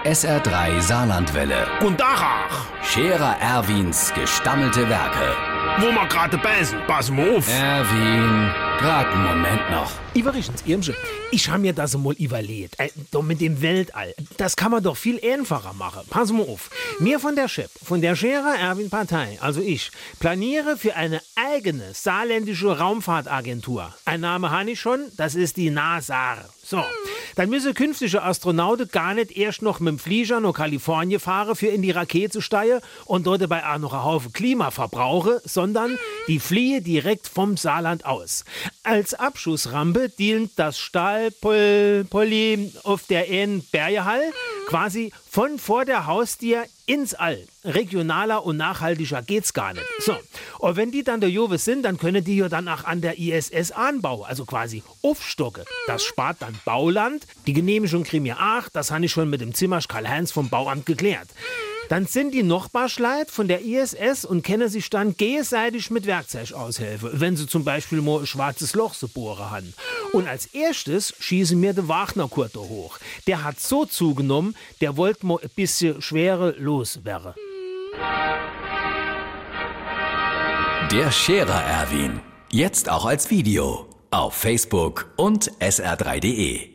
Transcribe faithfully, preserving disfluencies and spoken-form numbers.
S R drei Saarlandwelle. Guten Tag. Scherer Erwins gestammelte Werke. Wo wir gerade beißen, pass mal auf. Erwin, grad einen Moment noch. Übrigens, Irmsche, ich habe mir das mal überlegt. Äh, doch mit dem Weltall. Das kann man doch viel einfacher machen. Pass mal auf. Mir von der Chef, von der Scherer Erwin Partei, also ich, planiere für eine eigene saarländische Raumfahrtagentur. Ein Name habe ich schon, das ist die NASA. So, dann müssen künftige Astronauten gar nicht erst noch mit dem Flieger nach Kalifornien fahren, für in die Rakete zu steigen und dort dabei auch noch einen Haufen Klima verbrauchen, sondern die fliehen direkt vom Saarland aus. Als Abschussrampe dient das Stahlpoly auf der einen Bergehall quasi von vor der Haustür ins All. Regionaler und nachhaltiger geht's gar nicht. So, und wenn die dann der Jove sind, dann können die ja dann auch an der I S S anbauen, also quasi aufstocken. Das spart dann Bauland. Die Genehmigung kriegen wir auch, das habe ich schon mit dem Zimmersch Karl-Heinz vom Bauamt geklärt. Dann sind die Nachbarschleit von der I S S und können sich dann gegenseitig mit Werkzeug aushelfen, wenn sie zum Beispiel mal ein schwarzes Loch zu bohren haben. Und als erstes schießen mir der Wagner-Kurte hoch. Der hat so zugenommen, der wollte mal ein bisschen schwere loswerden. Der Scherer Erwin. Jetzt auch als Video. Auf Facebook und S R drei punkt de.